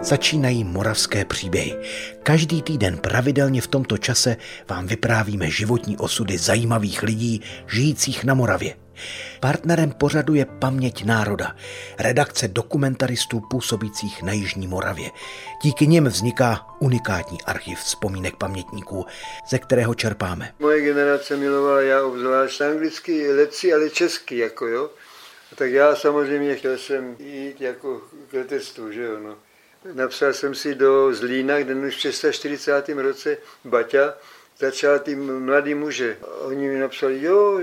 Začínají Moravské příběhy. Každý týden pravidelně v tomto čase vám vyprávíme životní osudy zajímavých lidí žijících na Moravě. Partnerem pořadu je Paměť národa, redakce dokumentaristů působících na jižní Moravě. Díky nim vzniká unikátní archiv vzpomínek pamětníků, ze kterého čerpáme. Moje generace milovala, já obzvlášť anglicky, leci, ale česky, jako jo. A tak já samozřejmě chtěl jsem jít jako k letectvu, že jo, no. Napsal jsem si do Zlína, kde už v 640. roce Baťa začal ty mladý muže. Oni mi napsali jo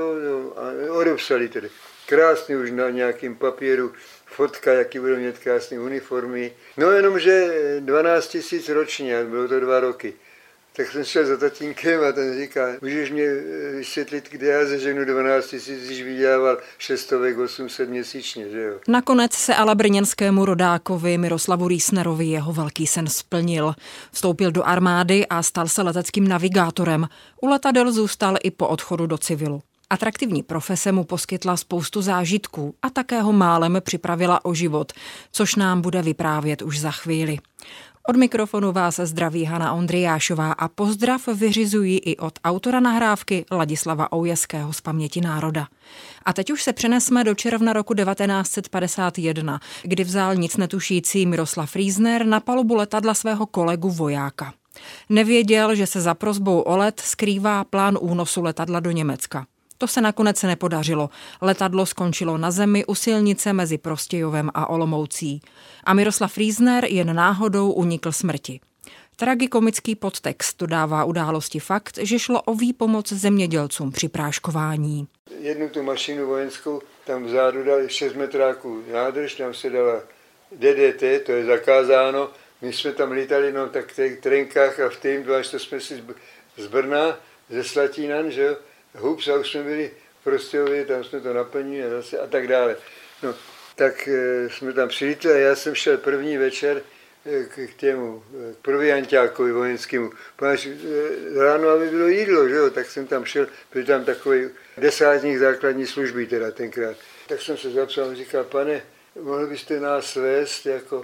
a odepsali tedy. Krásný už na nějakým papíru, fotka, jaký budou mít krásné uniformy. No jenomže 12 000 ročně, bylo to 2 roky. Tak jsem šel za tatínkem a ten říká, můžeš mě vysvětlit, kde já zeženu 12 000, když vydělával 600, 800 měsíčně, že jo. Nakonec se ale brněnskému rodákovi Miroslavu Riesnerovi jeho velký sen splnil. Vstoupil do armády a stal se leteckým navigátorem. U letadel zůstal i po odchodu do civilu. Atraktivní profese mu poskytla spoustu zážitků a také ho málem připravila o život, což nám bude vyprávět už za chvíli. Od mikrofonu vás zdraví Hana Ondryjášová a pozdrav vyřizují i od autora nahrávky Ladislava Oujeského z Paměti národa. A teď už se přenesme do června roku 1951, kdy vzal nic netušící Miroslav Riesner na palubu letadla svého kolegu vojáka. Nevěděl, že se za prosbou o let skrývá plán únosu letadla do Německa. To se nakonec nepodařilo. Letadlo skončilo na zemi u silnice mezi Prostějovem a Olomoucí. A Miroslav Riesner jen náhodou unikl smrti. Tragikomický podtext dodává události fakt, že šlo o výpomoc zemědělcům při práškování. Jednu tu mašinu vojenskou, tam vzadu dali 6 metráků nádrž, tam se dala DDT, to je zakázáno. My jsme tam lítali jenom tak v těch trenkách a v tým, to jsme si z Brna, ze Slatínan, že jo, Hups, a už jsme byli v Prostějově, tam jsme to naplnili a zase a tak dále. No, tak jsme tam přilítli a já jsem šel první večer k provianťákovi vojenskému. Protože ráno, aby bylo jídlo, že jo, tak jsem tam šel, byl tam takový desátník základní služby teda tenkrát. Tak jsem se zapsal a říkal, pane, mohli byste nás vést, jako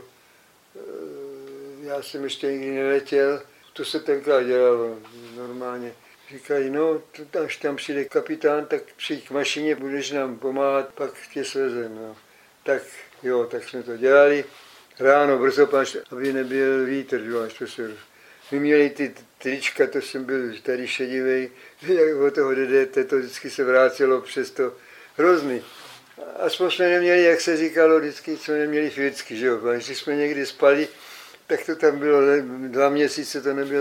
já jsem ještě nikdy neletěl, to se tenkrát dělalo normálně. Říkají, no, až tam přijde kapitán, tak přijď k mašině, budeš nám pomáhat, pak tě svezem. No. Tak jo, tak jsme to dělali. Ráno brzo, aby nebyl vítr, jo, až to se... My měli ty trička, to jsem byl tady šedivej, jak od toho DDT, to vždycky se vrátilo přes to hrozný. Aspoň jsme neměli, jak se říkalo vždycky, jsme neměli filicky, že jo, když jsme někdy spali, tak to tam bylo 2 měsíce, to nebylo,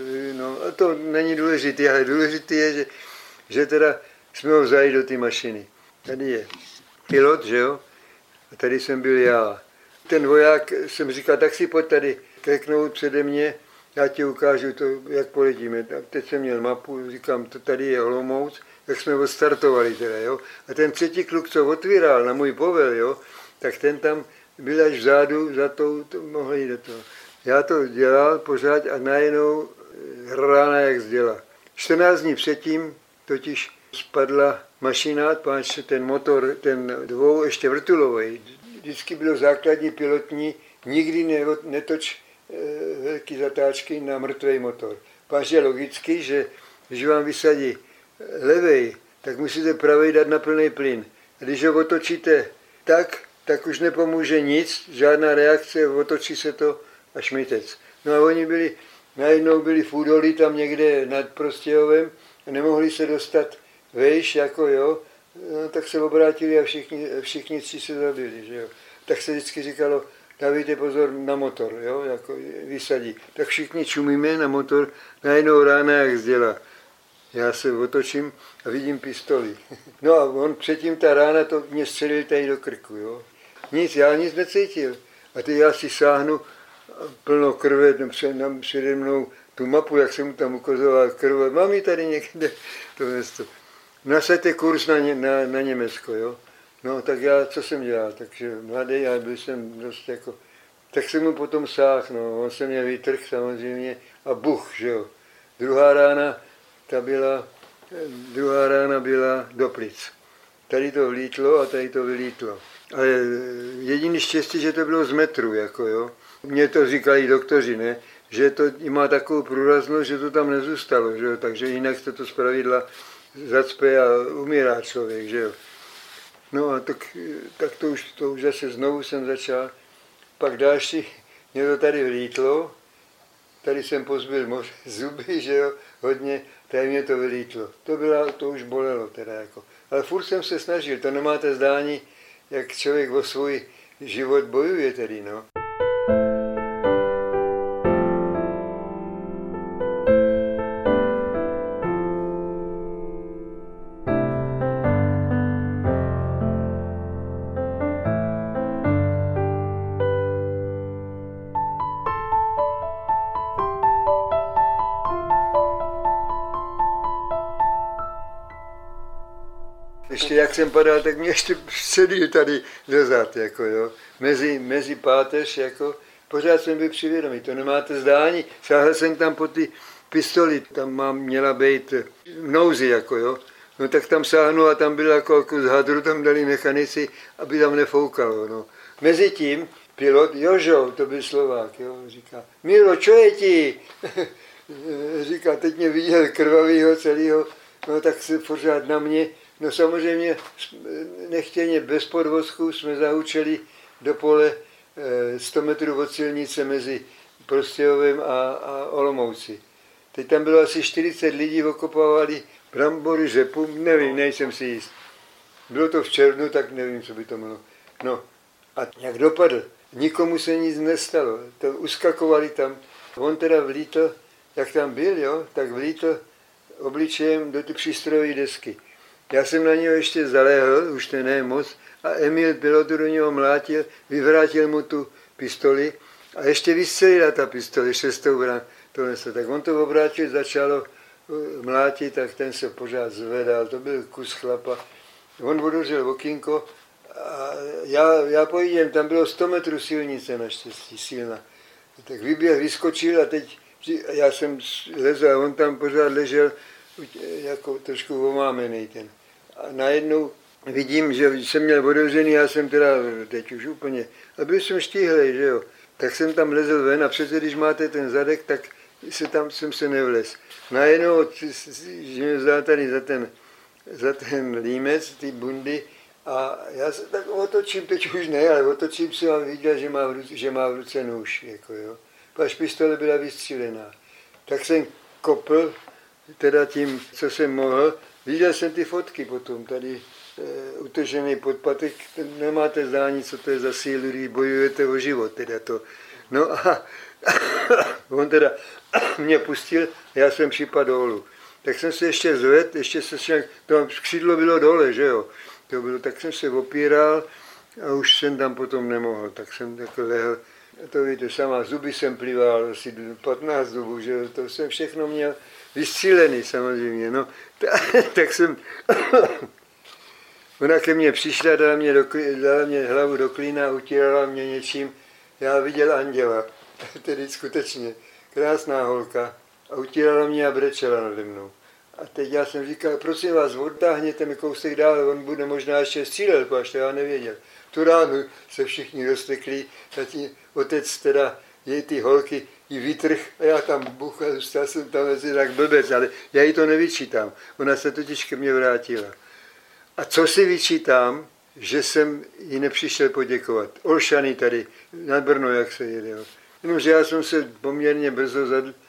no a to není důležité, ale důležité je, že teda jsme ho vzali do té mašiny. Tady je pilot, že jo, a tady jsem byl já. Ten voják jsem říkal, tak si pojď tady kreknout přede mě, já ti ukážu to, jak poletíme. A teď jsem měl mapu, říkám, to tady je Olomouc, tak jsme odstartovali teda, jo. A ten třetí kluk, co otvíral na můj povel, jo, tak ten tam byl až vzadu, za to mohl jít do toho. Já to dělal pořád a najednou rána jak zděla. 14 dní předtím totiž spadla mašina, páč ten motor, ten ještě vrtulový. Vždycky bylo základní pilotní, nikdy netoč velký zatáčky na mrtvý motor. Páč je logicky, že když vám vysadí levej, tak musíte pravej dát na plný plyn. A když ho otočíte tak už nepomůže nic, žádná reakce, otočí se to a šmitec. No a oni najednou byli v údolí tam někde nad Prostějovem a nemohli se dostat vejš, jako jo, no, tak se obrátili a všichni 3 se zabili, že jo. Tak se vždycky říkalo, dávejte pozor na motor, jo, jako vysadí. Tak všichni čumíme na motor, najednou rána jak zděla. Já se otočím a vidím pistoli. No a on předtím ta rána to mě střelil tady do krku, jo. Já nic necítil. A teď já si sáhnu plno krve, přede mnou tu mapu, jak jsem mu tam ukazoval krve. Mám ji tady někde, to město. Nasaďte kurz na Německo, jo. No tak já, co jsem dělal, takže mladý, ale byl jsem dost jako... Tak jsem mu potom sáhl, no, on se mě vytrhl samozřejmě a buch, že jo. Druhá rána byla do plic. Tady to vlítlo a tady to vylítlo. Ale jediný štěstí, že to bylo z metru, jako jo. Mně to říkali doktoři, ne? Že to má takovou průraznost, že to tam nezůstalo, že jo? Takže jinak se to zpravidla zacpe a umírá člověk, že jo. No a tak to už zase znovu jsem začal. Pak další, mě to tady vylítlo, tady jsem pozbyl zuby, že jo, hodně, tady mě to vylítlo. To už bolelo teda jako. Ale furt jsem se snažil, to nemáte zdání, jak člověk o svůj život bojuje tedy, no. Ještě jak jsem padal, tak mě ještě sedil tady dozad, jako jo, mezi páteř, jako, pořád jsem byl při vědomí, to nemáte zdání, sáhl jsem tam po ty pistoli, tam měla být v nouzi, jako jo, no tak tam sáhnu a tam byl jako z hadru, tam dali mechanici, aby tam nefoukalo, no. Mezitím pilot, Jožo, to byl Slovák, jo, říká, Miro, čo je ti? Říká, teď mě viděl krvavýho celého, no tak se pořád na mě. No samozřejmě nechtěně bez podvozku jsme zahučeli do pole 100 metrů od silnice mezi Prostějovem a Olomouci. Teď tam bylo asi 40 lidí, okopávali brambory, řepu, nevím, nejsem si jist. Bylo to v červnu, tak nevím, co by to bylo. No a jak dopadl, nikomu se nic nestalo, to uskakovali tam. On teda vlítl, jak tam byl, jo, tak vlítl obličejem do ty přístrojové desky. Já jsem na něho ještě zaléhl, už to ne moc, a Emil pilotu do něho mlátil, vyvrátil mu tu pistoli a ještě vystřelila ta pistoli, 6. brán. Tak on to obrátil, začalo mlátit, tak ten se pořád zvedal, to byl kus chlapa. On otevřel okýnko a já pojídem, tam bylo 100 metrů silnice naštěstí, silná. Tak vyběh, vyskočil a teď já jsem lezl a on tam pořád ležel, jako trošku omámený ten. A najednou vidím, že jsem měl otevřený, já jsem teda teď už úplně, a byl jsem štíhlej, že jo. Tak jsem tam lezl ven a přece, když máte ten zadek, tak tam jsem se nevlez. Najednou, že mě vzal tady za ten límec, ty bundy, a já se tak otočím, teď už ne, ale otočím se a viděl, že má v ruce nůž, jako jo. Až pistole byla vystřílená. Tak jsem kopl, teda tím, co jsem mohl. Viděl jsem ty fotky potom, tady utržený podpatek, nemáte zdání, co to je za sílu, když bojujete o život, teda to. No a on teda mě pustil, já jsem připadl dolů. Tak jsem se ještě zvedl, to křídlo bylo dole, že jo. To bylo, tak jsem se opíral a už jsem tam potom nemohl, tak jsem takhle lehl. To víte, sama zuby jsem plival, asi 15 zubů, že to jsem všechno měl vystřílený samozřejmě, no. Tak jsem, ona ke mně přišla, dala mě hlavu do klína, utírala mě něčím, já viděl anděla, tedy skutečně, krásná holka, a utírala mě a brečela nade mnou. A teď já jsem říkal, prosím vás, odtáhněte mi kousek dál, on bude možná ještě střílet, až to já nevěděl. Tu ránu se všichni roztekli, otec teda jej ty holky ji vytrh a já tam buchal, zůstal jsem tam asi tak blbec, ale já jí to nevyčítám. Ona se totiž ke mně vrátila. A co si vyčítám, že jsem jí nepřišel poděkovat. Olšaný tady, na Brno, jak se jede. Jo. Jenomže já jsem se poměrně brzo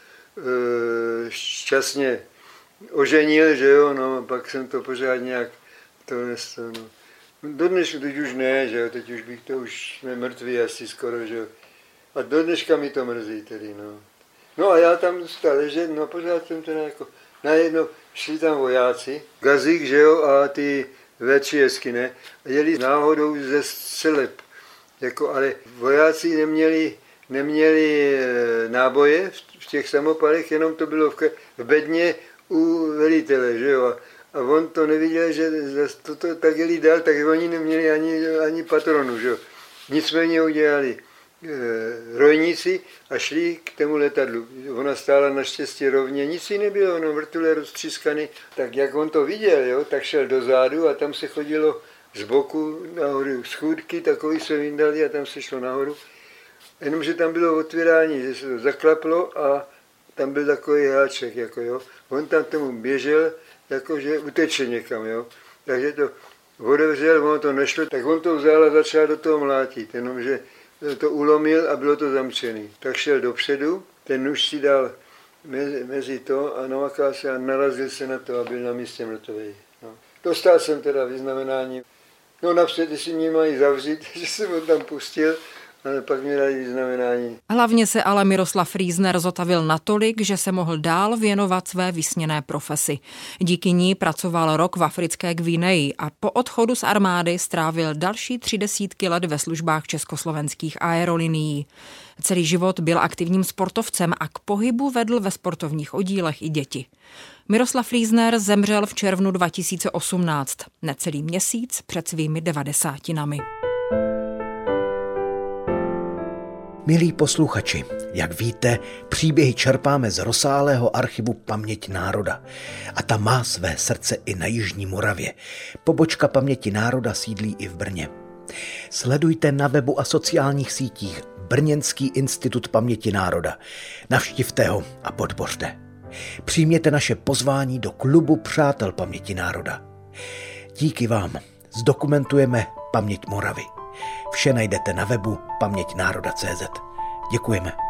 šťastně oženil, že jo, no, pak jsem to pořád nějak no. Do dneška teď už ne, že jo, teď už bych to už jsme mrtví asi skoro, že jo. A do dneška mi to mrzí tedy, no. No a já tam dostal ležet, no pořád jsem teda jako, najednou šli tam vojáci, Gazík, že jo, a ty V3, ne, a jeli náhodou ze Střeleb, jako, ale vojáci neměli náboje v těch samopalech, jenom to bylo v bedně u velitele, že jo. A on to neviděl, že to tak jeli dál, tak oni neměli ani patronu, že jo. Nicméně udělali rojníci a šli k tomu letadlu. Ona stála naštěstí rovně, nic jí nebylo, ono vrtule roztřískaný. Tak jak on to viděl, jo, tak šel dozadu a tam se chodilo z boku nahoru schůdky, takový se vyndali a tam se šlo nahoru. Jenomže tam bylo otvírání, že se to zaklaplo a tam byl takový háček, jako jo. On tam tomu běžel, jakože uteče někam, jo. Takže to otevřel, ono to nešlo, tak on to vzal a začal do toho mlátit, jenomže to ulomil a bylo to zamčený. Tak šel dopředu, ten nůž si dal mezi to a namakal se a narazil se na to a byl na místě mrtvý. No. Dostal jsem teda vyznamenání. No napřed, jestli mě mají zavřít, že jsem ho tam pustil, ale pak mě dali vyznamenání. Hlavně se ale Miroslav Riesner zotavil natolik, že se mohl dál věnovat své vysněné profesi. Díky ní pracoval rok v africké Gvineji a po odchodu z armády strávil další 30 let ve službách československých aerolinií. Celý život byl aktivním sportovcem a k pohybu vedl ve sportovních oddílech i děti. Miroslav Riesner zemřel v červnu 2018, necelý měsíc před svými 90. Milí posluchači, jak víte, příběhy čerpáme z rozsáhlého archivu Paměť národa. A ta má své srdce i na Jižní Moravě. Pobočka Paměti národa sídlí i v Brně. Sledujte na webu a sociálních sítích Brněnský institut Paměti národa. Navštivte ho a podpořte. Přijměte naše pozvání do klubu Přátel Paměti národa. Díky vám zdokumentujeme paměť Moravy. Vše najdete na webu pamětnároda.cz. Děkujeme.